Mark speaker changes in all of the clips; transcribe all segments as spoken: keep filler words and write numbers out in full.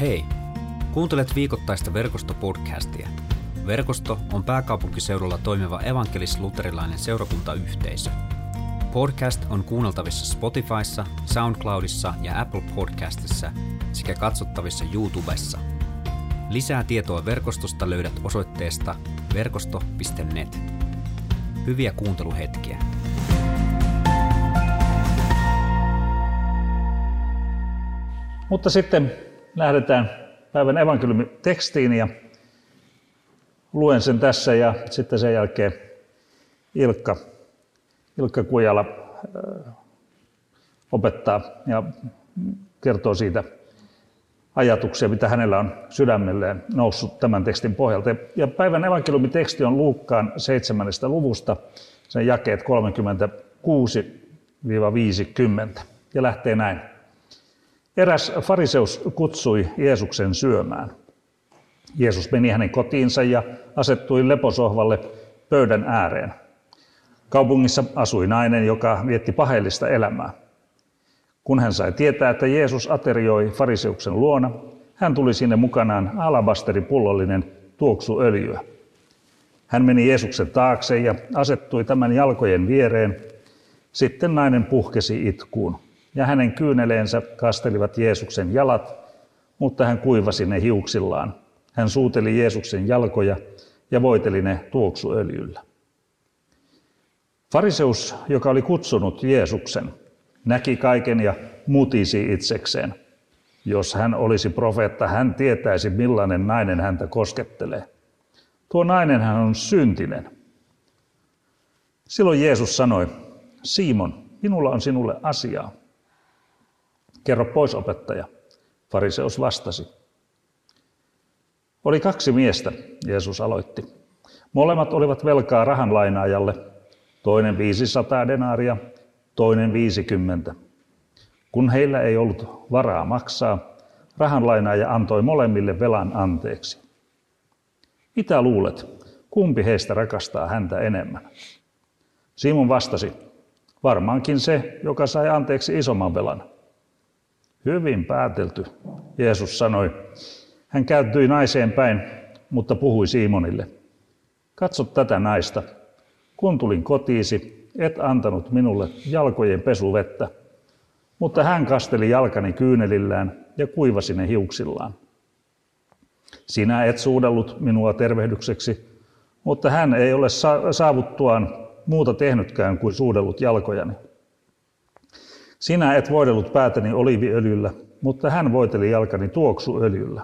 Speaker 1: Hei! Kuuntelet viikoittaista Verkosto-podcastia. Verkosto on pääkaupunkiseudulla toimiva evankelis-luterilainen seurakuntayhteisö. Podcast on kuunneltavissa Spotifyssa, SoundCloudissa ja Apple Podcastissa sekä katsottavissa YouTubessa. Lisää tietoa verkostosta löydät osoitteesta verkosto piste net. Hyviä kuunteluhetkiä.
Speaker 2: Mutta sitten lähdetään päivän evankeliumitekstiin ja luen sen tässä ja sitten sen jälkeen Ilkka, Ilkka Kujala opettaa ja kertoo siitä ajatuksia, mitä hänellä on sydämelleen noussut tämän tekstin pohjalta. Ja päivän evankeliumiteksti on Luukkaan seitsemännestä luvusta, sen jakeet kolmekymmentäkuusi viisikymmentä ja lähtee näin. Eräs fariseus kutsui Jeesuksen syömään. Jeesus meni hänen kotiinsa ja asettui leposohvalle pöydän ääreen. Kaupungissa asui nainen, joka vietti paheellista elämää. Kun hän sai tietää, että Jeesus aterioi fariseuksen luona, hän tuli sinne mukanaan alabasteripullallinen tuoksuöljyä. Hän meni Jeesuksen taakse ja asettui tämän jalkojen viereen. Sitten nainen puhkesi itkuun. Ja hänen kyyneleensä kastelivat Jeesuksen jalat, mutta hän kuivasi ne hiuksillaan. Hän suuteli Jeesuksen jalkoja ja voiteli ne tuoksuöljyllä. Fariseus, joka oli kutsunut Jeesuksen, näki kaiken ja mutisi itsekseen. Jos hän olisi profeetta, hän tietäisi, millainen nainen häntä koskettelee. Tuo nainen hän on syntinen. Silloin Jeesus sanoi, Simon, minulla on sinulle asiaa. Kerro pois, opettaja. Fariseus vastasi. Oli kaksi miestä, Jeesus aloitti. Molemmat olivat velkaa rahanlainaajalle, toinen viisisataa denaaria, toinen viisikymmentä. Kun heillä ei ollut varaa maksaa, rahanlainaaja antoi molemmille velan anteeksi. Mitä luulet, kumpi heistä rakastaa häntä enemmän? Simon vastasi, varmaankin se, joka sai anteeksi isomman velan. Hyvin päätelty, Jeesus sanoi. Hän kääntyi naiseen päin, mutta puhui Simonille. Katso tätä naista. Kun tulin kotiisi, et antanut minulle jalkojen pesuvettä, mutta hän kasteli jalkani kyynelillään ja kuivasi ne hiuksillaan. Sinä et suudellut minua tervehdykseksi, mutta hän ei ole saavuttuaan muuta tehnytkään kuin suudellut jalkojani. Sinä et voidellut päätäni oliiviöljyllä, mutta hän voiteli jalkani tuoksuöljyllä.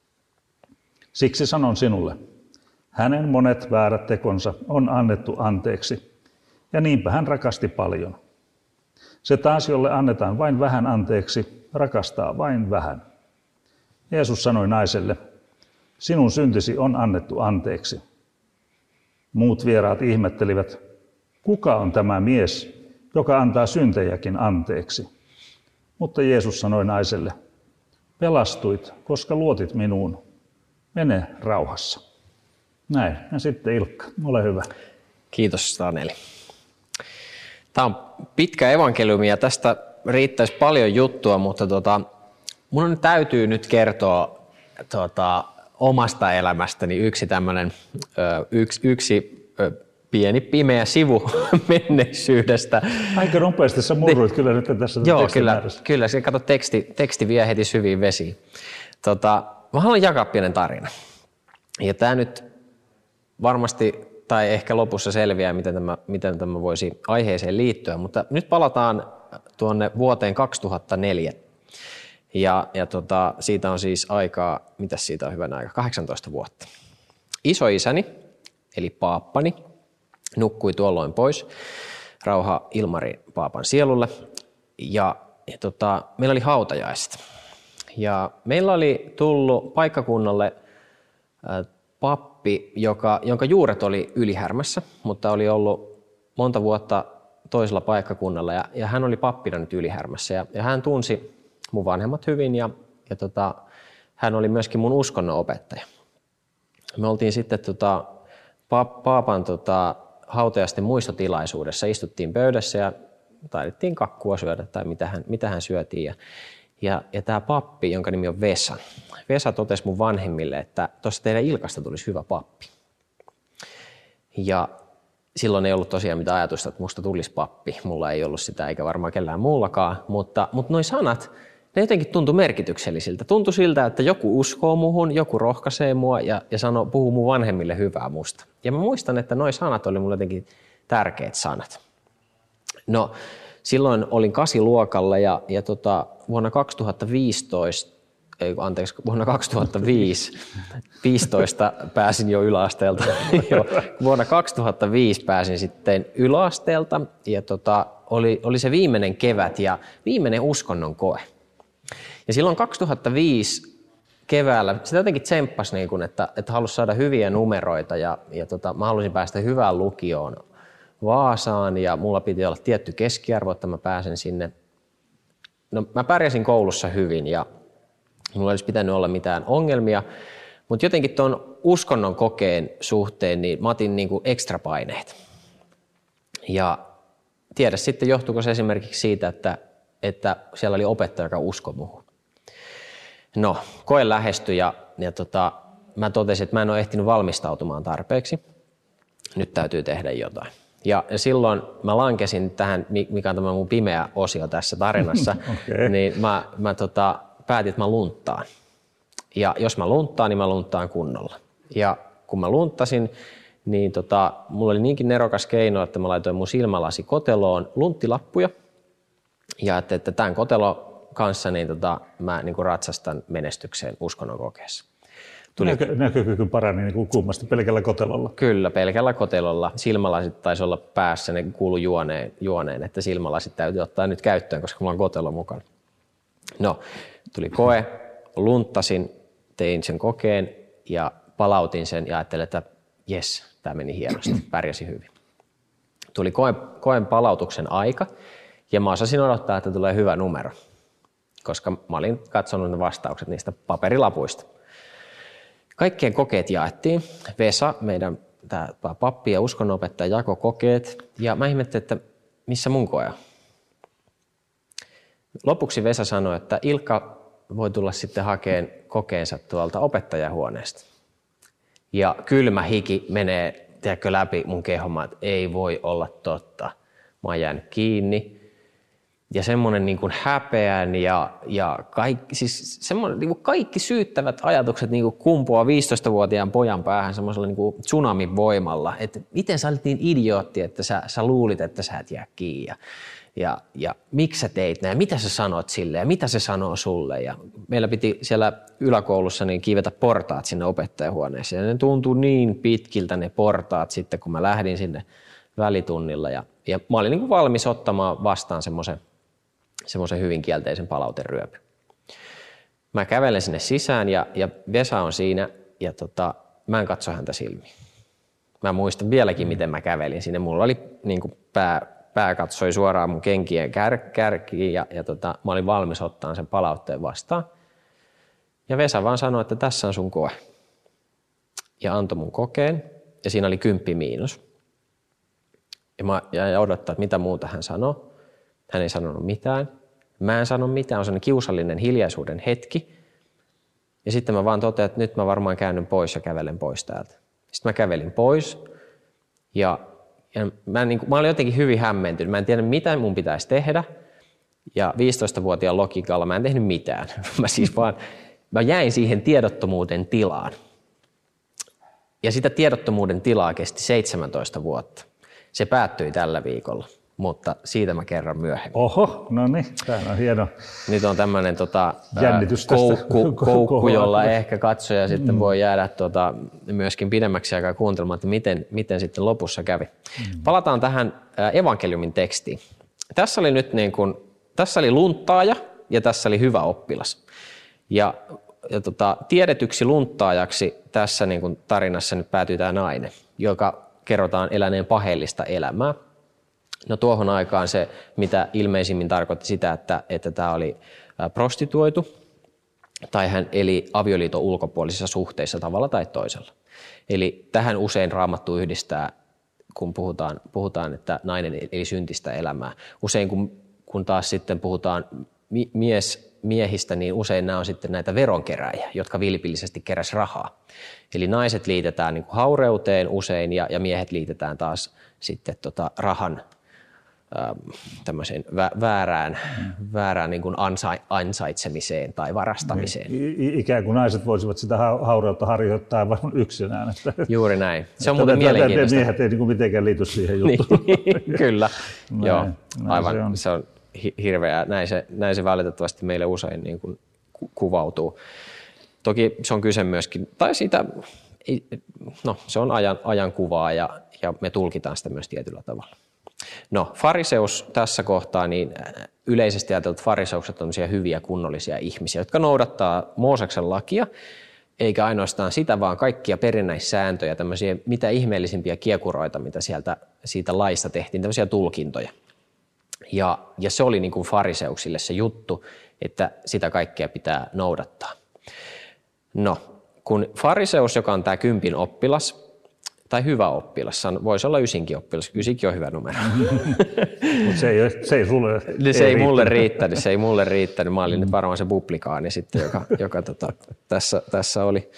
Speaker 2: Siksi sanon sinulle, hänen monet väärät tekonsa on annettu anteeksi, ja niinpä hän rakasti paljon. Se taas, jolle annetaan vain vähän anteeksi, rakastaa vain vähän. Jeesus sanoi naiselle, sinun syntisi on annettu anteeksi. Muut vieraat ihmettelivät, kuka on tämä mies, joka antaa syntejäkin anteeksi. Mutta Jeesus sanoi naiselle, pelastuit, koska luotit minuun. Mene rauhassa. Näin. Ja sitten Ilkka, ole hyvä.
Speaker 3: Kiitos Taneli. Tämä on pitkä evankeliumi ja tästä riittäisi paljon juttua, mutta tota, minun täytyy nyt kertoa tota, omasta elämästäni yksi tämmöinen, yksi, yksi pieni pimeä sivu menneisyydestä.
Speaker 2: Aika nopeasti sä murruit kyllä nyt tässä
Speaker 3: Joo,
Speaker 2: tekstin
Speaker 3: kyllä,
Speaker 2: määrässä.
Speaker 3: kyllä. Se, kato, teksti, teksti vie heti syviin vesiin. Tota, mä haluan jakaa pienen tarina. Ja tämä nyt varmasti, tai ehkä lopussa selviää, miten tämä, miten tämä voisi aiheeseen liittyä. Mutta nyt palataan tuonne vuoteen kaksituhattaneljä. Ja, ja tota, siitä on siis aikaa, mitäs siitä on hyvän aika, kahdeksantoista vuotta. Isoisäni, eli paappani, nukkui tuolloin pois, rauha Ilmari paapan sielulle, ja, ja tota, meillä oli hautajaiset. Ja meillä oli tullut paikkakunnalle ä, pappi, joka, jonka juuret oli Ylihärmässä, mutta oli ollut monta vuotta toisella paikkakunnalla, ja, ja hän oli pappina nyt Ylihärmässä, ja, ja hän tunsi mun vanhemmat hyvin, ja, ja tota, hän oli myöskin mun uskonnon opettaja. Me oltiin sitten tota, paapan tota, hautajaisten muistotilaisuudessa, istuttiin pöydässä ja taidettiin kakkua syödä tai mitä hän, mitä hän syötiin. Ja, Ja, ja tämä pappi, jonka nimi on Vesa, Vesa totesi mun vanhemmille, että tuossa teidän Ilkasta tulisi hyvä pappi. Ja silloin ei ollut tosiaan mitään ajatusta, että musta tulisi pappi. Mulla ei ollut sitä eikä varmaan kellään muullakaan, mutta, mutta noi sanat, ne jotenkin tuntui merkityksellisiltä. Tuntui siltä, että joku uskoo muhun, joku rohkaisee mua ja, ja sanoo, puhuu mun vanhemmille hyvää musta. Ja mä muistan, että noi sanat oli mulle jotenkin tärkeät sanat. No, silloin olin kasiluokalla ja, ja tota, vuonna kaksituhattaviisitoista, ei, anteeksi, vuonna kaksituhattaviisitoista pääsin jo yläasteelta. jo, vuonna kaksituhattaviisi pääsin sitten yläasteelta ja tota, oli, oli se viimeinen kevät ja viimeinen uskonnon koe. Ja silloin kaksituhattaviisi keväällä sitä jotenkin tsemppasi, niin kun, että, että halusi saada hyviä numeroita ja, ja tota, mä halusin päästä hyvään lukioon Vaasaan ja mulla piti olla tietty keskiarvo, että mä pääsen sinne. No, mä pärjäsin koulussa hyvin ja mulla ei olisi pitänyt olla mitään ongelmia, mutta jotenkin tuon uskonnon kokeen suhteen niin mä otin niin kuin ekstra paineet. Ja tiedä sitten johtuuko se esimerkiksi siitä, että, että siellä oli opettaja, joka uskoi muuhun. No, koe lähestyi ja, ja tota, mä totesin, että mä en ole ehtinyt valmistautumaan tarpeeksi. Nyt täytyy tehdä jotain. Ja silloin mä lankesin tähän, mikä on tämä mun pimeä osio tässä tarinassa, okay. niin mä, mä tota, päätin, että mä lunttaan. Ja jos mä lunttaan, niin mä lunttaan kunnolla. Ja kun mä lunttasin, niin tota, mulla oli niinkin nerokas keino, että mä laitoin mun silmälasi koteloon lunttilappuja. Ja että, että tämän kotelon kanssa niin tota, mä niin kuin ratsastan menestykseen uskonnon kokeessa. Tuli...
Speaker 2: Näkö, näkökyky parani niin kuin kummasti pelkällä kotelolla.
Speaker 3: Kyllä, pelkällä kotelolla. Silmälasit taisi olla päässä, ne kuulu juoneen, juoneen, että silmälasit täytyy ottaa nyt käyttöön, koska mulla on kotelo mukana. No, tuli koe, lunttasin, tein sen kokeen ja palautin sen ja ajattelin, että jes, tämä meni hienosti, pärjäsi hyvin. Tuli koe, koen palautuksen aika ja mä osasin odottaa, että tulee hyvä numero, koska mä olin katsonut ne vastaukset niistä paperilapuista. Kaikkien kokeet jaettiin. Vesa, meidän tämä pappi ja uskonnonopettaja, jakoi kokeet. Ja mä ihmettelin, että missä mun koe on. Lopuksi Vesa sanoi, että Ilkka voi tulla sitten hakemaan kokeensa tuolta opettajahuoneesta. Ja kylmä hiki menee tiedätkö, läpi mun kehomaan, että ei voi olla totta. Mä oon jäänyt kiinni. Ja semmoinen niin kuin häpeän ja, ja kaikki, siis semmoinen, niin kuin kaikki syyttävät ajatukset niin kuin kumpuaa viisitoistavuotiaan pojan päähän semmoisella niin kuin tsunamin voimalla. Että miten sä olit niin idiootti, että sä, sä luulit, että sä et jää kiinni. Ja, ja, ja miksi sä teit näin, mitä sä sanot sille ja mitä se sanoo sulle. Ja meillä piti siellä yläkoulussa niin kiivetä portaat sinne opettajahuoneeseen. Ja ne tuntui niin pitkiltä ne portaat sitten, kun mä lähdin sinne välitunnilla. Ja, ja mä olin niin kuin valmis ottamaan vastaan semmoisen semmoisen hyvin kielteisen palauteryöpyn. Mä kävelen sinne sisään ja, ja Vesa on siinä ja tota, mä en katso häntä silmiin. Mä muistan vieläkin, miten mä kävelin sinne. Mulla oli niin kuin pää, pää katsoi suoraan mun kenkien kär, kärkiin ja, ja tota, mä olin valmis ottaa sen palautteen vastaan. Ja Vesa vaan sanoi, että tässä on sun koe. Ja antoi mun kokeen ja siinä oli kymppi miinus. Ja mä jäin odottaa, että mitä muuta hän sanoo. Hän ei sanonut mitään. Mä en sano mitään. On sellainen kiusallinen hiljaisuuden hetki. Ja sitten mä vaan totean, että nyt mä varmaan käännyn pois ja kävelen pois täältä. Sitten mä kävelin pois. Ja, ja mä, niin kuin, mä olin jotenkin hyvin hämmentynyt. Mä en tiedä, mitä mun pitäisi tehdä. Ja viisitoistavuotiaan logiikalla mä en tehnyt mitään. Mä siis vaan, mä jäin siihen tiedottomuuden tilaan. Ja sitä tiedottomuuden tilaa kesti seitsemäntoista vuotta. Se päättyi tällä viikolla. Mutta siitä mä kerron myöhemmin.
Speaker 2: Oho, no niin, tämä on hieno.
Speaker 3: Nyt on tämmöinen tota, koukku, koukku, jolla ehkä katsoja sitten mm. voi jäädä tota, myöskin pidemmäksi aikaa kuuntelemaan, että miten, miten sitten lopussa kävi. Mm. Palataan tähän evankeliumin tekstiin. Tässä oli nyt niin kuin, tässä oli lunttaaja ja tässä oli hyvä oppilas. Ja, ja tota, tiedetyksi lunttaajaksi tässä niin kuin tarinassa nyt päätyy tämä nainen, joka kerrotaan eläneen paheellista elämää. No tuohon aikaan se, mitä ilmeisimmin tarkoitti sitä, että, että tämä oli prostituoitu tai hän eli avioliiton ulkopuolisissa suhteissa tavalla tai toisella. Eli tähän usein Raamattu yhdistää, kun puhutaan, puhutaan että nainen eli syntistä elämää. Usein kun, kun taas sitten puhutaan mies miehistä, niin usein nämä on sitten näitä veronkeräjiä, jotka vilpillisesti keräs rahaa. Eli naiset liitetään niin kuin haureuteen usein ja, ja miehet liitetään taas sitten tota rahan tämmöiseen väärään, väärään niin kuin ansa- ansaitsemiseen tai varastamiseen.
Speaker 2: I- ikään kuin naiset voisivat sitä haureutta harjoittaa aivan yksinään. Että,
Speaker 3: juuri näin. Se on muuten mielenkiintoista.
Speaker 2: Miehet ei niin kuin mitenkään liity siihen juttuun.
Speaker 3: Kyllä,
Speaker 2: näin,
Speaker 3: joo,
Speaker 2: näin
Speaker 3: aivan.
Speaker 2: Se on,
Speaker 3: se on hirveää. Näin se, näin se valitettavasti meille usein niin kuin kuvautuu. Toki se on kyse myöskin, tai siitä, no se on ajan, ajankuvaa ja, ja me tulkitaan sitä myös tietyllä tavalla. No, fariseus tässä kohtaa, niin yleisesti ajatellut fariseukset on hyviä kunnollisia ihmisiä, jotka noudattaa Mooseksen lakia, eikä ainoastaan sitä, vaan kaikkia perinnäissääntöjä, tämmöisiä mitä ihmeellisimpiä kiekuroita, mitä sieltä siitä laista tehtiin, tämmöisiä tulkintoja. Ja, ja se oli niin kuin fariseuksille se juttu, että sitä kaikkea pitää noudattaa. No, kun fariseus, joka on tämä kympin oppilas, tai hyvä oppilas, voisi olla ysinkin oppilas, ysikin on hyvä numero.
Speaker 2: Mutta se ei, se ei sulle
Speaker 3: ei Se ei mulle riittänyt, se ei mulle riittänyt. Mä olin nyt varmaan se publikaani sitten, joka, joka tota, tässä, tässä oli.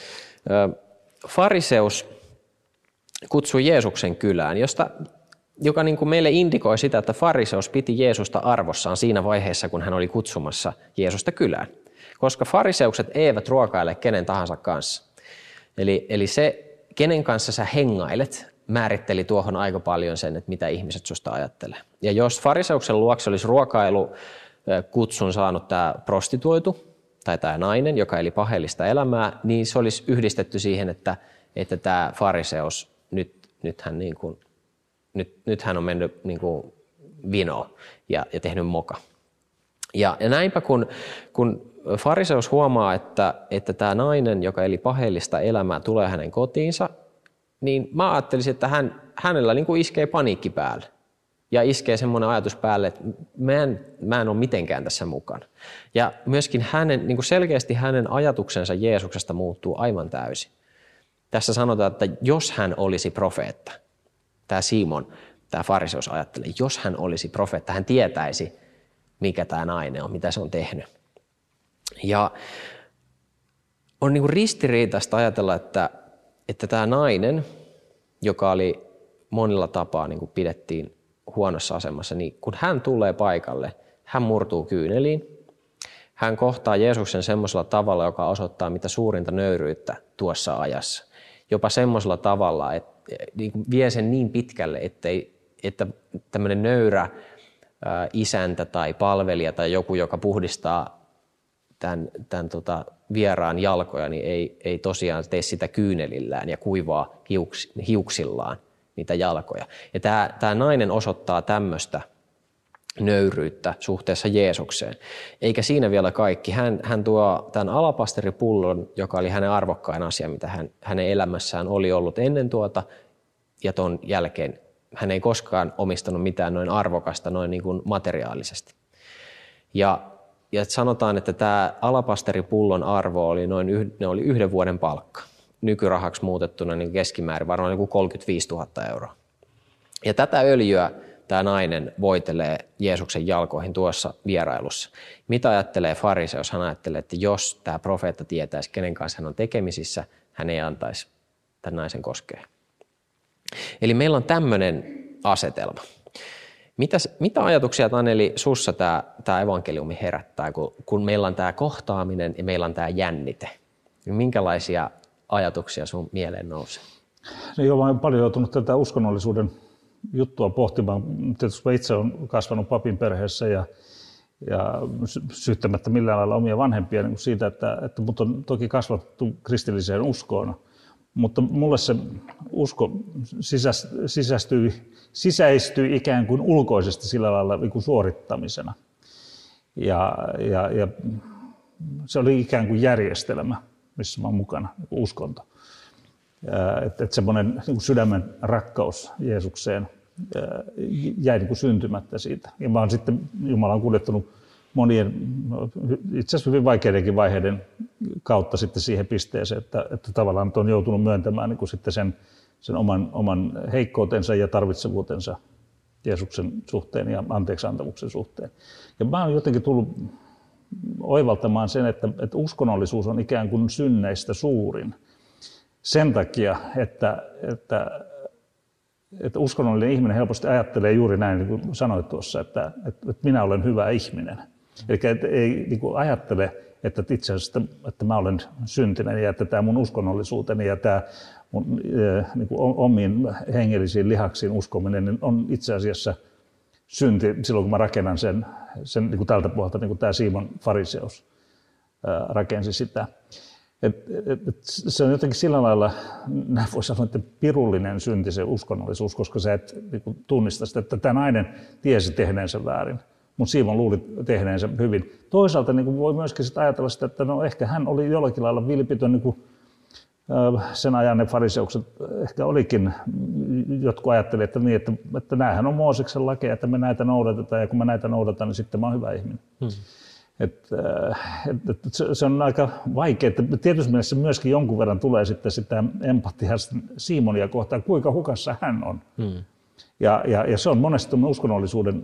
Speaker 3: Fariseus kutsui Jeesuksen kylään, josta, joka niin kuin meille indikoi sitä, että fariseus piti Jeesusta arvossaan siinä vaiheessa, kun hän oli kutsumassa Jeesusta kylään. Koska fariseukset eivät ruokaile kenen tahansa kanssa. Eli, eli se, kenen kanssa sä hengailet, määritteli tuohon aika paljon sen, että mitä ihmiset susta ajattelee. Ja jos fariseuksen luokse olisi ruokailukutsun saanut tämä prostituoitu tai tämä nainen, joka eli paheellista elämää, niin se olisi yhdistetty siihen, että, että tämä fariseus, nyt, nyt, hän niin kuin, nyt, nyt hän on mennyt niin kuin vinoon ja, ja tehnyt moka. Ja, ja näinpä kun, kun fariseus huomaa, että, että tämä nainen, joka eli paheellista elämää, tulee hänen kotiinsa, niin mä ajattelisin, että hän, hänellä niin kuin iskee paniikki päälle. Ja iskee semmoinen ajatus päälle, että mä en, mä en ole mitenkään tässä mukana. Ja myöskin hänen, niin kuin selkeästi hänen ajatuksensa Jeesuksesta muuttuu aivan täysin. Tässä sanotaan, että jos hän olisi profeetta, tämä Simon, tämä fariseus ajattelee, jos hän olisi profeetta, hän tietäisi, mikä tämä nainen on, mitä se on tehnyt. Ja on niin kuin ristiriitaista ajatella, että, että tämä nainen, joka oli monilla tapaa niin kuin pidettiin huonossa asemassa, niin kun hän tulee paikalle, hän murtuu kyyneliin. Hän kohtaa Jeesuksen semmoisella tavalla, joka osoittaa mitä suurinta nöyryyttä tuossa ajassa. Jopa semmoisella tavalla, että vie sen niin pitkälle, ettei, että tämmöinen nöyrä ää, isäntä tai palvelija tai joku, joka puhdistaa tämän, tämän tota, vieraan jalkoja, niin ei, ei tosiaan tee sitä kyynelillään ja kuivaa hiuks, hiuksillaan niitä jalkoja. Ja tämä, tämä nainen osoittaa tämmöistä nöyryyttä suhteessa Jeesukseen. Eikä siinä vielä kaikki. Hän, hän tuo tämän alapasteripullon, joka oli hänen arvokkain asia, mitä hän, hänen elämässään oli ollut ennen tuota, ja ton jälkeen hän ei koskaan omistanut mitään noin arvokasta noin niin kuin materiaalisesti. Ja, ja sanotaan, että tämä alapasteripullon arvo oli noin yh, ne oli yhden vuoden palkka. Nykyrahaksi muutettuna niin keskimäärin varmaan joku kolmekymmentäviisituhatta euroa. Ja tätä öljyä tämä nainen voitelee Jeesuksen jalkoihin tuossa vierailussa. Mitä ajattelee fariseus? Hän ajattelee, että jos tämä profeetta tietäisi, kenen kanssa hän on tekemisissä, hän ei antaisi tämän naisen koskea. Eli meillä on tämmöinen asetelma. Mitäs, mitä ajatuksia, Taneli, sussa tämä, tämä evankeliumi herättää, kun, kun meillä on tämä kohtaaminen ja meillä on tämä jännite? Minkälaisia ajatuksia sun mieleen nousee?
Speaker 2: No joo, mä olen paljon joutunut tätä uskonnollisuuden juttua pohtimaan. Tietysti mä itse olen kasvanut papin perheessä ja, ja syyttämättä millään lailla omia vanhempia niin siitä, että, että mut on toki kasvattu kristilliseen uskoon. Mutta mulle se usko sisästyi, sisäistyi ikään kuin ulkoisesti sillä lailla niin kuin suorittamisena. Ja, ja, ja se oli ikään kuin järjestelmä, missä mä olen mukana, niin kuin uskonto. Että et semmoinen niin sydämen rakkaus Jeesukseen jäi niin kuin syntymättä siitä. Ja mä oon sitten, Jumala on kuljettanut monien, itse asiassa hyvin vaikeidenkin vaiheiden kautta sitten siihen pisteeseen, että, että tavallaan on joutunut myöntämään niin kuin sitten sen, sen oman, oman heikkoutensa ja tarvitsevuutensa Jeesuksen suhteen ja anteeksiantamuksen suhteen. Ja mä oon jotenkin tullut oivaltamaan sen, että, että uskonnollisuus on ikään kuin synneistä suurin. Sen takia, että, että, että uskonnollinen ihminen helposti ajattelee juuri näin, niin kuin sanoit tuossa, että, että, että minä olen hyvä ihminen. Eli että ei niin kuin ajattele, että itse asiassa että mä olen syntinen ja että tämä mun uskonnollisuuteni ja tämä mun niin kuin omiin hengellisiin lihaksiin uskominen niin on itse asiassa synti silloin, kun mä rakennan sen, sen niin kuin tältä puolelta, niin kuin tämä Simon fariseus ää, rakensi sitä. Et, et, et se on jotenkin sillä lailla, näin voi sanoa, että pirullinen synti se uskonnollisuus, koska sä et niin kuin tunnista sitä, että tämä nainen tiesi tehneensä väärin, mutta Simon luuli tehneensä hyvin. Toisaalta niin kuin voi myöskin sitä ajatella sitä, että no ehkä hän oli jollakin lailla vilpitön, niin kuin sen ajan ne fariseukset ehkä olikin, jotkut ajattelivat, että, niin, että, että näähän on Mooseksen lakeja, että me näitä noudatetaan ja kun mä näitä noudatan, niin sitten mä oon hyvä ihminen. Hmm. Et, et, et, se on aika vaikea. Tietysti mielessä myöskin jonkun verran tulee sitten sitä empatiaa Simonia kohtaan, kuinka hukassa hän on. Hmm. Ja, ja, ja se on monesti uskonnollisuuden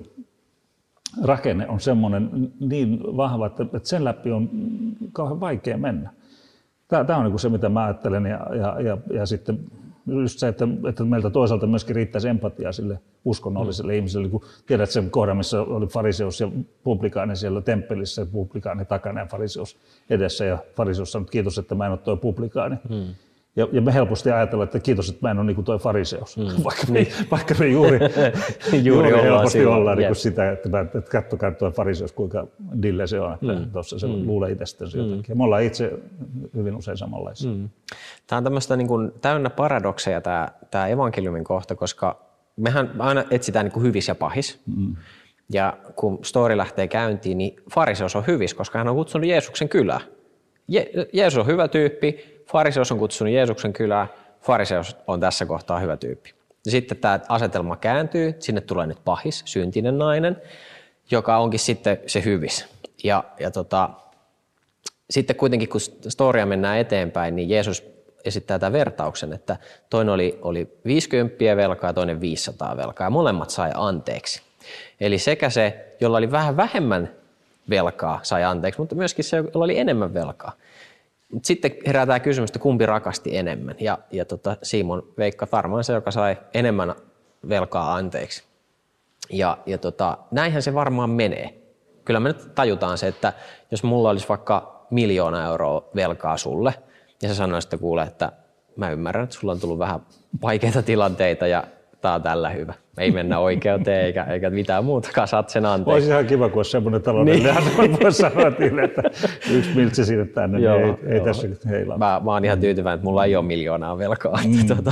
Speaker 2: rakenne on semmoinen niin vahva, että, että sen läpi on kauhean vaikea mennä. Tämä on niin kuin se, mitä mä ajattelen, ja, ja, ja, ja sitten just se, että, että meiltä toisaalta myöskin riittäisi empatiaa sille uskonnolliselle mm. ihmiselle. Kun tiedät sen kohdan, missä oli fariseus ja publikaani siellä temppelissä, ja publikaani takana ja fariseus edessä, ja fariseus sanoi, että kiitos, että mä en ole tuo publikaani. Mm. Ja, ja me helposti ajatellaan, että kiitos, että mä en ole niin kuin tuo fariseus, mm. vaikka, me, vaikka me juuri, juuri, juuri helposti ollaan, ollaan niin kuin sitä, että, mä, että katsokaa tuo fariseus, kuinka dille se on, että mm. tuossa se mm. luulee itsestänsä jotakin. Ja me ollaan itse hyvin usein samanlaisia. Mm.
Speaker 3: Tämä on tämmöistä niin kuin täynnä paradokseja tämä, tämä evankeliumin kohta, koska mehän aina etsitään niin kuin hyvis ja pahis. Mm. Ja kun story lähtee käyntiin, niin fariseus on hyvis, koska hän on kutsunut Jeesuksen kylään. Je- Jeesus on hyvä tyyppi. Fariseus on kutsunut Jeesuksen kylään, fariseus on tässä kohtaa hyvä tyyppi. Ja sitten tämä asetelma kääntyy, sinne tulee nyt pahis, syntinen nainen, joka onkin sitten se hyvis. Ja, ja tota, sitten kuitenkin, kun storia mennään eteenpäin, niin Jeesus esittää tämän vertauksen, että toinen oli, oli viisikymmentä velkaa ja toinen viisisataa velkaa, ja molemmat sai anteeksi. Eli sekä se, jolla oli vähän vähemmän velkaa, sai anteeksi, mutta myöskin se, jolla oli enemmän velkaa. Sitten herää tämä kysymys, että kumpi rakasti enemmän. Ja, ja tota, Simon veikka varmaan se, joka sai enemmän velkaa anteeksi. Ja, ja tota, näinhän se varmaan menee. Kyllä me nyt tajutaan se, että jos mulla olisi vaikka miljoona euroa velkaa sulle, ja sä sanoisit, että kuule, että mä ymmärrän, että sulla on tullut vähän vaikeita tilanteita ja tää on tällä hyvä. Ei mennä oikeuteen eikä, eikä mitään muutakaan, saat sen anteeksi.
Speaker 2: Olisi ihan kiva, kun olisi semmoinen taloudellinen niin. Voisi sanoa niille, että yksi miltsi sinne tänne, joo, niin ei, ei tässä nyt heilaa.
Speaker 3: Mä, mä oon ihan tyytyväinen, että mulla ei ole miljoonaa velkaa. Mm. Tuota.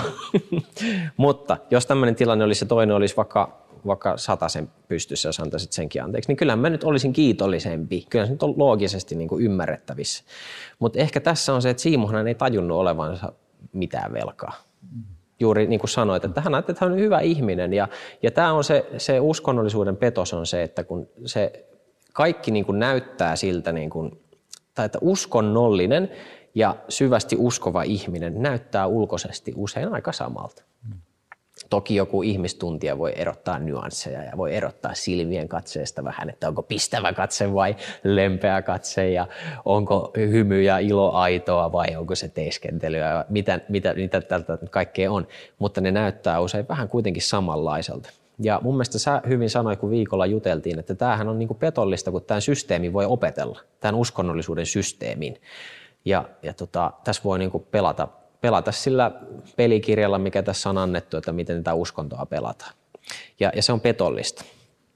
Speaker 3: Mutta jos tämmöinen tilanne olisi, se toinen olisi vaikka, vaikka satasen pystyssä, jos antaisit senkin anteeksi, niin kyllähän mä nyt olisin kiitollisempi. Kyllä se nyt on loogisesti niin kuin ymmärrettävissä. Mutta ehkä tässä on se, että Simonhan ei tajunnut olevansa mitään velkaa. Juuri niin kuin sanoit, että hän ajattelee, että hän on hyvä ihminen. Ja, ja tämä on se, se uskonnollisuuden petos on se, että kun se kaikki niin kuin näyttää siltä, niin kuin, tai että uskonnollinen ja syvästi uskova ihminen näyttää ulkoisesti usein aika samalta. Mm. Toki joku ihmistuntija voi erottaa nyansseja ja voi erottaa silmien katseesta vähän, että onko pistävä katse vai lempeä katse ja onko hymy ja ilo aitoa vai onko se teeskentelyä ja mitä, mitä, mitä tältä kaikkea on. Mutta ne näyttää usein vähän kuitenkin samanlaiselta. Ja mun mielestä sä hyvin sanoit, kun viikolla juteltiin, että tämähän on niinku petollista, kun tämän systeemin voi opetella, tämän uskonnollisuuden systeemin. Ja, ja tota, tässä voi niinku pelata pelata sillä pelikirjalla, mikä tässä on annettu, että miten tätä uskontoa pelataan. Ja, ja se on petollista.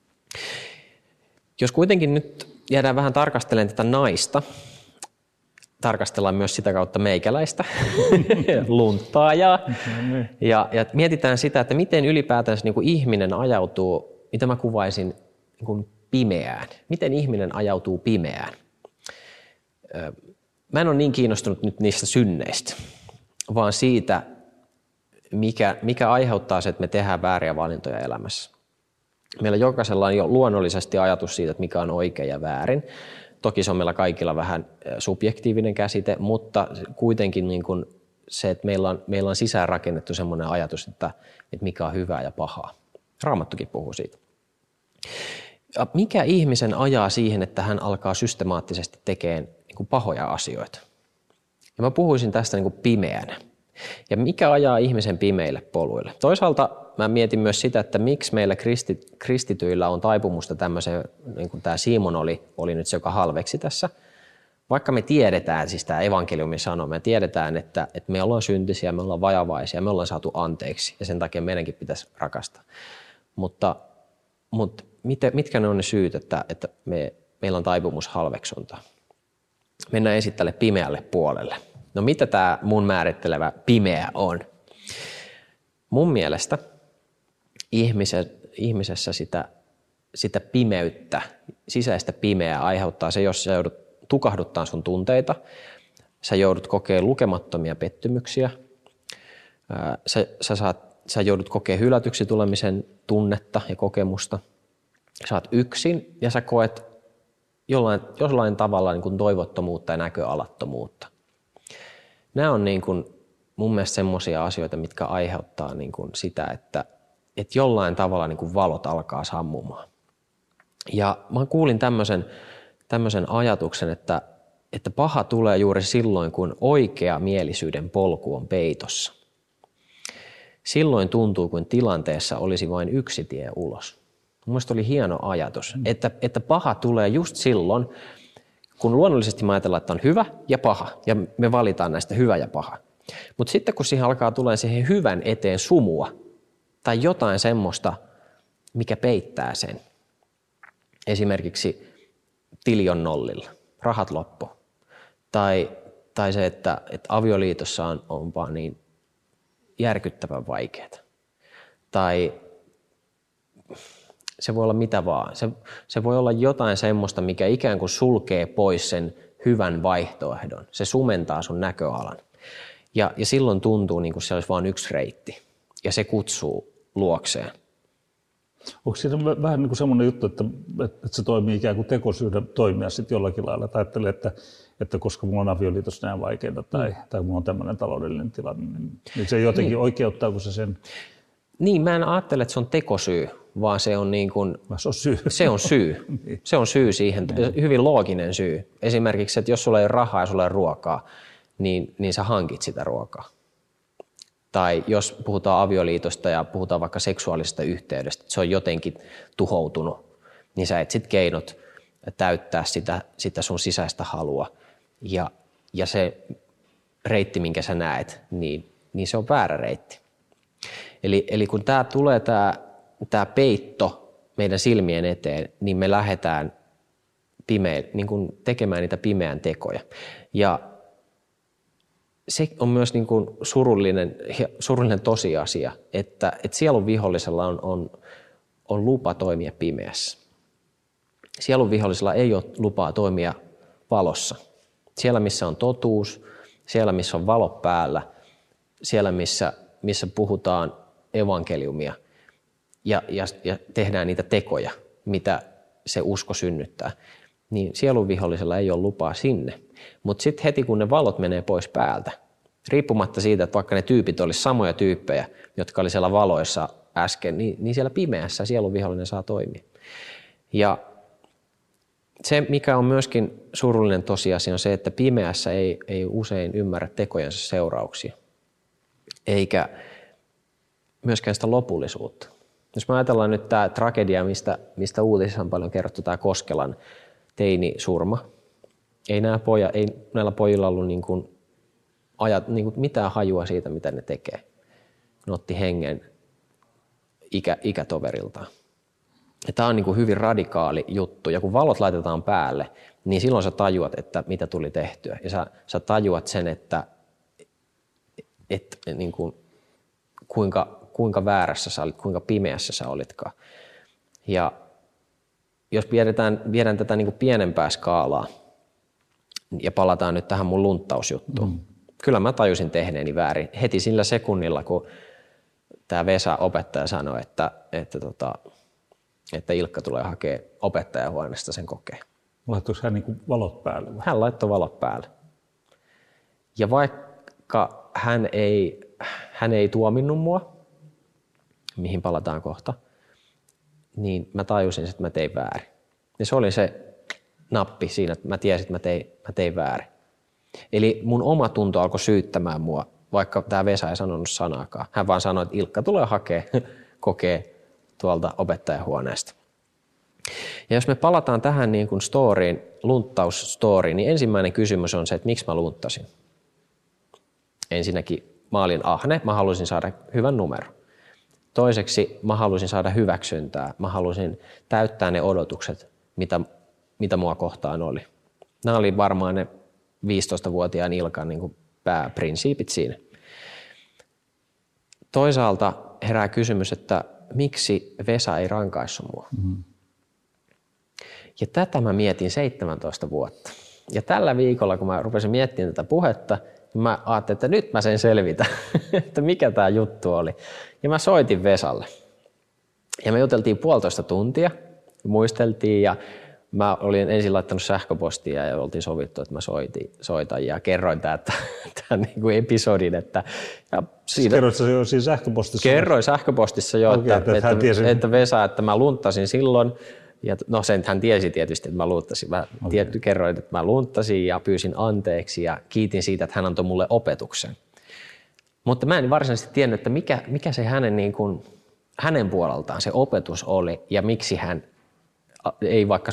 Speaker 3: Jos kuitenkin nyt jäädään vähän tarkastelemaan tätä naista, tarkastellaan myös sitä kautta meikäläistä, lunttaajaa, ja, ja mietitään sitä, että miten ylipäätänsä niin kuin ihminen ajautuu, mitä mä kuvaisin niin kuin pimeään. Miten ihminen ajautuu pimeään? Mä en ole niin kiinnostunut nyt niistä synneistä, vaan siitä, mikä, mikä aiheuttaa se, että me tehdään vääriä valintoja elämässä. Meillä jokaisella on jo luonnollisesti ajatus siitä, että mikä on oikein ja väärin. Toki se on meillä kaikilla vähän subjektiivinen käsite, mutta kuitenkin niin kuin se, että meillä on, meillä on sisään rakennettu semmoinen ajatus, että, että mikä on hyvää ja pahaa. Raamattukin puhuu siitä. Ja mikä ihmisen ajaa siihen, että hän alkaa systemaattisesti tekemään niin kuin pahoja asioita? Ja mä puhuisin tästä niin kuin pimeänä. Ja mikä ajaa ihmisen pimeille poluille? Toisaalta mä mietin myös sitä, että miksi meillä kristi, kristityillä on taipumusta tämmöiseen, niin kuin tämä Simon oli, oli nyt se, joka halveksi tässä. Vaikka me tiedetään, siis tämä evankeliumi sanoo, me tiedetään, että, että me ollaan syntisiä, me ollaan vajavaisia, me ollaan saatu anteeksi ja sen takia meidänkin pitäisi rakastaa. Mutta, mutta mitkä ne on ne syyt, että, että me, meillä on taipumus halveksuntaan? Mennään ensin tälle pimeälle puolelle. No mitä tämä mun määrittelevä pimeä on? Mun mielestä ihmisessä sitä, sitä pimeyttä, sisäistä pimeää aiheuttaa se, jos sä joudut tukahduttaa sun tunteita, sä joudut kokea lukemattomia pettymyksiä, sä, sä, saat, sä joudut kokea hylätyksi tulemisen tunnetta ja kokemusta, sä oot yksin ja sä koet jollain, jollain tavalla niin kuin toivottomuutta ja näköalattomuutta. Nämä on niin kuin mun mielestä semmoisia asioita, mitkä aiheuttaa niin kuin sitä, että, että jollain tavalla niin kuin valot alkaa sammumaan. Ja mä kuulin tämmöisen, tämmöisen ajatuksen, että, että paha tulee juuri silloin, kun oikea mielisyyden polku on peitossa. Silloin tuntuu, kuin tilanteessa olisi vain yksi tie ulos. Mun mielestä oli hieno ajatus, mm. että, että paha tulee just silloin, kun luonnollisesti me ajatellaan, että on hyvä ja paha, ja me valitaan näistä hyvä ja paha. Mutta sitten kun siihen alkaa tulla siihen hyvän eteen sumua, tai jotain semmoista, mikä peittää sen. Esimerkiksi tili on nollilla, rahat loppu. Tai, tai se, että, että avioliitossa on, on vaan niin järkyttävän vaikeaa. Tai se voi olla mitä vaan. Se, se voi olla jotain semmoista, mikä ikään kuin sulkee pois sen hyvän vaihtoehdon. Se sumentaa sun näköalan. Ja, ja silloin tuntuu niin kuin se olisi vain yksi reitti. Ja se kutsuu luokseen.
Speaker 2: Onko siinä vähän niin kuin semmoinen juttu, että, että se toimii ikään kuin tekosyydä toimia sitten jollakin lailla? Tai ajattelee, että, että koska mulla on avioliitossa näin vaikeaa tai, mm. tai mulla on tämmöinen taloudellinen tilanne, niin, niin se jotenkin niin. oikeuttaa, kun se sen...
Speaker 3: Niin, mä en ajattele, että se on tekosyy, vaan se on niin kuin...
Speaker 2: Se on syy.
Speaker 3: Se on syy. niin. Se on syy siihen, hyvin looginen syy. Esimerkiksi, että jos sulla ei ole rahaa ja sulla ei ole ruokaa, niin, niin sä hankit sitä ruokaa. Tai jos puhutaan avioliitosta ja puhutaan vaikka seksuaalisesta yhteydestä, että se on jotenkin tuhoutunut, niin sä etsit keinot täyttää sitä, sitä sun sisäistä halua. Ja, ja se reitti, minkä sä näet, niin, niin se on väärä reitti. Eli, eli kun tää tulee tää, tää peitto meidän silmien eteen, niin me lähdetään pimeä, niin kun tekemään niitä pimeän tekoja. Ja se on myös niin kuin surullinen, surullinen tosiasia, että, että sielun vihollisella on, on, on lupa toimia pimeässä. Sielun vihollisella ei ole lupaa toimia valossa. Siellä, missä on totuus, siellä, missä on valo päällä, siellä, missä, missä puhutaan evankeliumia ja, ja, ja tehdään niitä tekoja, mitä se usko synnyttää, niin sielun vihollisella ei ole lupaa sinne. Mutta sitten heti, kun ne valot menee pois päältä, riippumatta siitä, että vaikka ne tyypit olisi samoja tyyppejä, jotka oli siellä valoissa äsken, niin, niin siellä pimeässä sielun vihollinen saa toimia. Ja se, mikä on myöskin surullinen tosiasia, on se, että pimeässä ei, ei usein ymmärrä tekojensa seurauksia, eikä myöskään sitä lopullisuutta. Jos me ajatellaan nyt tämä tragedia, mistä, mistä uutisissa on paljon kerrottu, tämä Koskelan teinisurma, Ei, nämä poja, ei näillä pojilla ollut niin kuin ajat, niin kuin mitään hajua siitä, mitä ne tekee. Ne otti hengen ikä, ikätoveriltaan. Ja tämä on niin kuin hyvin radikaali juttu. Ja kun valot laitetaan päälle, niin silloin sä tajuat, että mitä tuli tehtyä. Ja sä, sä tajuat sen, että, että niin kuin, kuinka, kuinka väärässä sä olit, kuinka pimeässä sä olitkaan. Ja jos viedään, viedään tätä niin kuin pienempää skaalaa, ja palataan nyt tähän mun lunttausjuttuun. Mm. Kyllä mä tajusin tehneeni väärin heti sillä sekunnilla, kun tämä Vesa-opettaja sanoi, että, että, tota, että Ilkka tulee hakemaan opettajahuoneesta sen kokeen.
Speaker 2: Laittoiko hän niin valot päälle? Vai?
Speaker 3: Hän laittoi valot päälle. Ja vaikka hän ei, hän ei tuominnut mua, mihin palataan kohta, niin mä tajusin, että mä tein väärin. Ja se oli se nappi siinä, että mä tiesin, että mä tein, mä tein väärin. Eli mun oma tunto alkoi syyttämään mua, vaikka tämä Vesa ei sanonut sanaakaan. Hän vaan sanoi, että Ilkka tulee hakea kokee tuolta opettajahuoneesta. Ja jos me palataan tähän niin kuin storyin, lunttausstoriin, niin ensimmäinen kysymys on se, että miksi mä lunttasin. Ensinnäkin mä olin ahne, mä halusin saada hyvän numeron. Toiseksi mä halusin saada hyväksyntää, mä halusin täyttää ne odotukset, mitä, mitä mua kohtaan oli. Nämä oli varmaan ne viisitoistavuotiaan Ilkan niin kuin pääprinsiipit siinä. Toisaalta herää kysymys, että miksi Vesa ei rankaissut mua. Mm-hmm. Ja tätä mä mietin seitsemäntoista vuotta. Ja tällä viikolla, kun mä rupesin miettimään tätä puhetta, niin mä ajattelin, että nyt mä sen selvitän, että mikä tämä juttu oli. Ja mä soitin Vesalle. Ja me juteltiin puolitoista tuntia, muisteltiin ja mä olin ensin laittanut sähköpostia ja oltiin sovittu, että mä soitin, soitan ja kerroin tämän, tämän niin kuin episodin. Että, ja siitä,
Speaker 2: kerroit sä jo siinä sähköpostissa?
Speaker 3: Kerroin sähköpostissa jo, okay, että, että, että, että Vesa, että mä lunttasin silloin. Ja no sen hän tiesi tietysti, että mä lunttasin. Mä okay. tietty, kerroin, että mä lunttasin ja pyysin anteeksi ja kiitin siitä, että hän antoi mulle opetuksen. Mutta mä en varsinaisesti tiennyt, että mikä, mikä se hänen, niin kuin, hänen puoleltaan se opetus oli ja miksi hän ei vaikka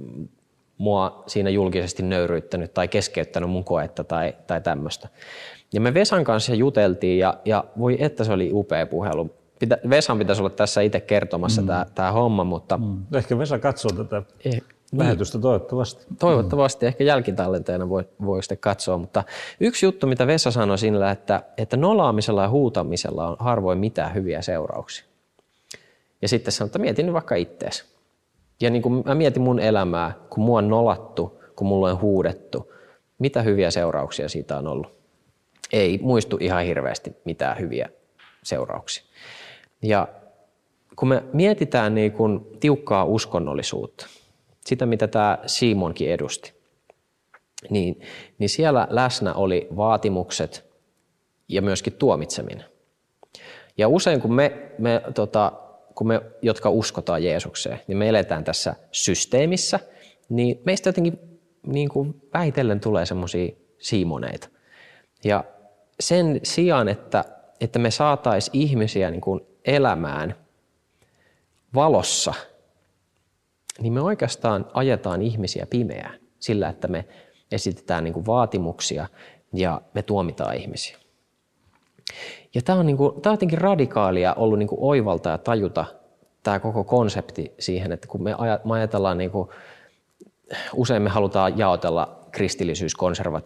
Speaker 3: mua siinä julkisesti nöyryyttänyt tai keskeyttänyt mun koetta tai, tai tämmöistä. Ja me Vesan kanssa juteltiin ja, ja voi että se oli upea puhelu. Pitä, Vesan pitäisi olla tässä itse kertomassa mm. tämä homma, mutta... Mm.
Speaker 2: Ehkä Vesa katsoo tätä eh, lähetystä niin, toivottavasti.
Speaker 3: Toivottavasti, mm. ehkä jälkitallenteena voi, voi sitten katsoa, mutta yksi juttu, mitä Vesa sanoi sillä, että, että nolaamisella ja huutamisella on harvoin mitään hyviä seurauksia. Ja sitten sanoi, että mietin nyt vaikka ittees. Ja niin kuin mä mietin mun elämää, kun mua on nolattu, kun mulla on huudettu, mitä hyviä seurauksia siitä on ollut. Ei muistu ihan hirveästi mitään hyviä seurauksia. Ja kun me mietitään niin kuin tiukkaa uskonnollisuutta, sitä mitä tämä Simonkin edusti, niin, niin siellä läsnä oli vaatimukset ja myöskin tuomitseminen. Ja usein kun me, me, tota, kun me jotka uskotaan Jeesukseen, niin me eletään tässä systeemissä, niin meistä jotenkin niin kuin vähitellen tulee semmoisia Simoneita. Ja sen sijaan, että, että me saataisiin ihmisiä niin kuin elämään valossa, niin me oikeastaan ajetaan ihmisiä pimeään sillä, että me esitetään niin kuin vaatimuksia ja me tuomitaan ihmisiä. Ja tämä on, niin kuin, tämä on jotenkin radikaalia ollut niin kuin oivaltaa ja tajuta tämä koko konsepti siihen, että kun me ajatellaan, niin kuin, usein me halutaan jaotella kristillisyys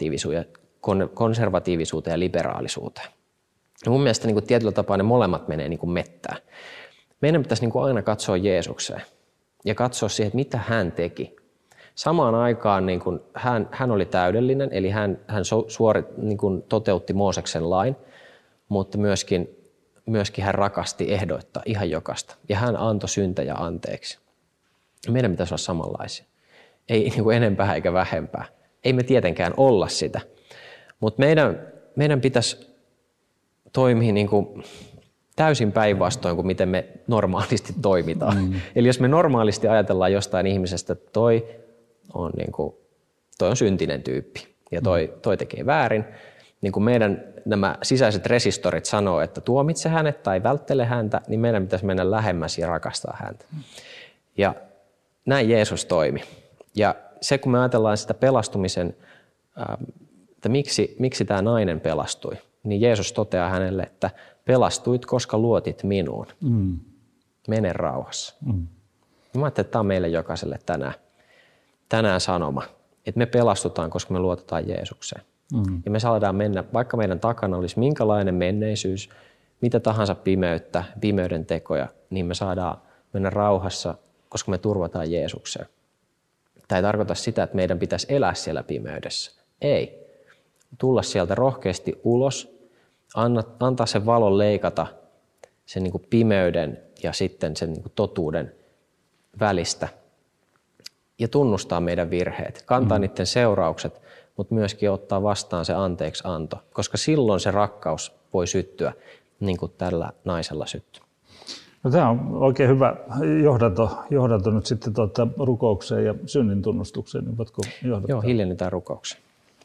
Speaker 3: konservatiivisuuteen ja liberaalisuuteen. Ja mun mielestä niin kuin tietyllä tapaa ne molemmat menee niin kuin mettään. Meidän pitäisi niin kuin aina katsoa Jeesukseen ja katsoa siihen, että mitä hän teki. Samaan aikaan niin kuin hän, hän oli täydellinen, eli hän, hän suori, niin kuin toteutti Mooseksen lain, mutta myöskin, myöskin hän rakasti ehdoittaa ihan jokaista. Ja hän antoi syntejä anteeksi. Meidän pitäisi olla samanlaisia. Ei niin kuin enempää eikä vähempää. Ei me tietenkään olla sitä. Mutta meidän, meidän pitäisi toimia niin kuin täysin päinvastoin kuin miten me normaalisti toimitaan. Mm. Eli jos me normaalisti ajatellaan jostain ihmisestä, että toi on, niin kuin, toi on syntinen tyyppi ja toi, toi tekee väärin, niin kuin meidän nämä sisäiset resistorit sanoo, että tuomitse hänet tai välttele häntä, niin meidän pitäisi mennä lähemmäs ja rakastaa häntä. Ja näin Jeesus toimi. Ja se, kun me ajatellaan sitä pelastumisen, että miksi, miksi tämä nainen pelastui, niin Jeesus toteaa hänelle, että pelastuit, koska luotit minuun. Mm. Mene rauhassa. Mm. Mä ajattelin, että tämä on meille jokaiselle tänään, tänään sanoma, että me pelastutaan, koska me luotetaan Jeesukseen. Mm. Ja me saadaan mennä, vaikka meidän takana olisi minkälainen menneisyys, mitä tahansa pimeyttä, pimeyden tekoja, niin me saadaan mennä rauhassa, koska me turvataan Jeesukseen. Tämä ei tarkoita sitä, että meidän pitäisi elää siellä pimeydessä. Ei. Tulla sieltä rohkeasti ulos, antaa sen valon leikata sen niin kuin pimeyden ja sitten sen niin kuin totuuden välistä ja tunnustaa meidän virheet, kantaa mm. niiden seuraukset, mutta myöskin ottaa vastaan se anteeksianto, koska silloin se rakkaus voi syttyä niin kuin tällä naisella syttyi.
Speaker 2: No, tämä on oikein hyvä johdanto, johdanto nyt sitten tuota rukoukseen ja synnin tunnustukseen. Niin voitko johdattaa?
Speaker 3: Joo, hiljennetään rukoukseen.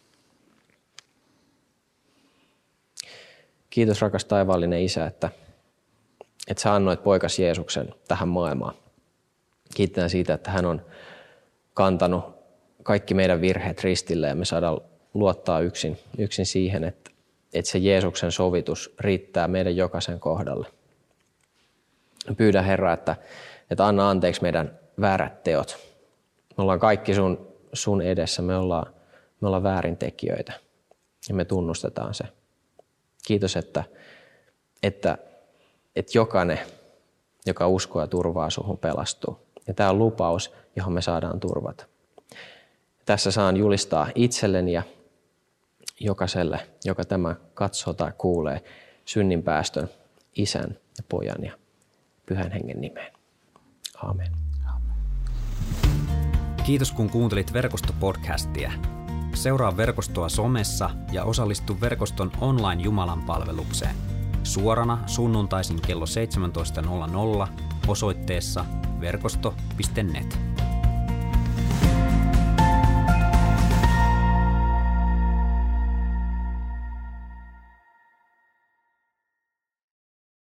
Speaker 3: Kiitos rakas taivaallinen Isä, että, että sä annoit poikas Jeesuksen tähän maailmaan. Kiitetään siitä, että hän on kantanut kaikki meidän virheet ristille ja me saadaan luottaa yksin, yksin siihen, että, että se Jeesuksen sovitus riittää meidän jokaisen kohdalle. Pyydän Herra, että, että anna anteeksi meidän väärät teot. Me ollaan kaikki sun, sun edessä, me ollaan, me ollaan väärintekijöitä ja me tunnustetaan se. Kiitos, että, että, että jokainen, joka uskoo ja turvaa suhun, pelastuu. Ja tämä on lupaus, johon me saadaan turvata. Tässä saan julistaa itselleni ja jokaiselle, joka tämä katsoo tai kuulee, synninpäästön Isän ja Pojan ja Pyhän Hengen nimeen. Aamen.
Speaker 1: Kiitos kun kuuntelit Verkosto-podcastia. Seuraa Verkostoa somessa ja osallistu Verkoston online Jumalanpalvelukseen suorana sunnuntaisin kello seitsemäntoista nolla nolla osoitteessa verkosto piste net.